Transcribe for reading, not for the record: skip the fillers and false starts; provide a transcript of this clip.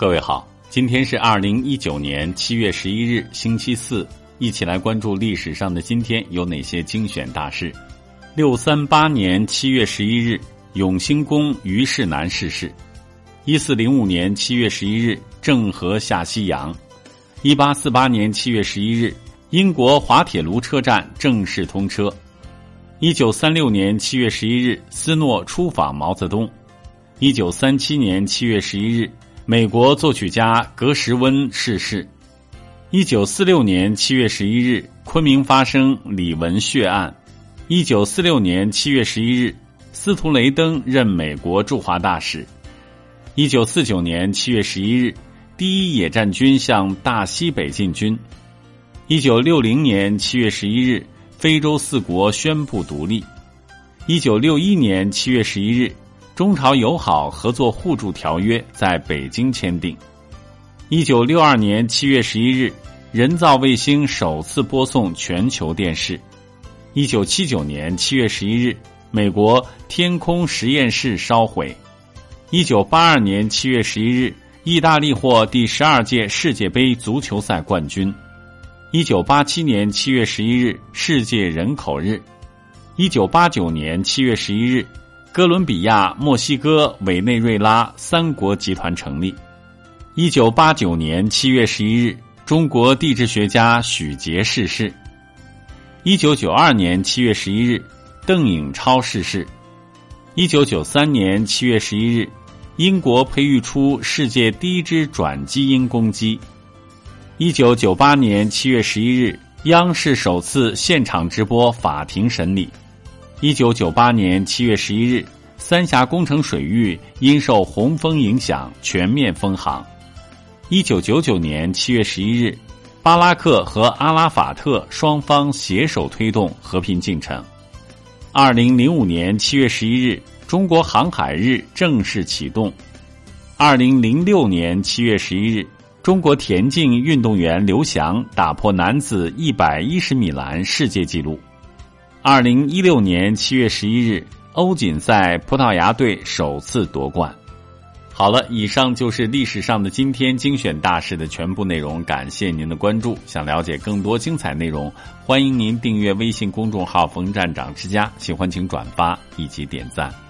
各位好，今天是2019年7月11日，星期四，一起来关注历史上的今天有哪些精选大事。638年7月11日，永兴公于世南逝世。1405年7月11日，郑和下西洋。1848年7月11日，英国滑铁卢车站正式通车。1936年7月11日，斯诺出访毛泽东。1937年7月11日，美国作曲家格什温逝世。1946年7月11日，昆明发生李文血案。1946年7月11日，司徒雷登任美国驻华大使。1949年7月11日，第一野战军向大西北进军。1960年7月11日，非洲4国宣布独立。1961年7月11日，中朝友好合作互助条约在北京签订。1962年7月11日，人造卫星首次播送全球电视。1979年7月11日，美国天空实验室烧毁。1982年7月11日，意大利获第12届世界杯足球赛冠军。1987年7月11日，世界人口日。1989年7月11日，哥伦比亚、墨西哥、委内瑞拉3国集团成立。1989年7月11日，中国地质学家许杰逝世。1992年7月11日，邓颖超逝世。1993年7月11日，英国培育出世界第一支转基因公鸡。1998年7月11日，央视首次现场直播法庭审理。1998年7月11日，三峡工程水域因受洪峰影响全面封航。1999年7月11日，巴拉克和阿拉法特双方携手推动和平进程。2005年7月11日，中国航海日正式启动。2006年7月11日，中国田径运动员刘翔打破男子110米栏世界纪录。2016年7月11日，欧锦赛葡萄牙队首次夺冠。好了，以上就是历史上的今天精选大事的全部内容，感谢您的关注。想了解更多精彩内容，欢迎您订阅微信公众号冯站长之家，喜欢请转发以及点赞。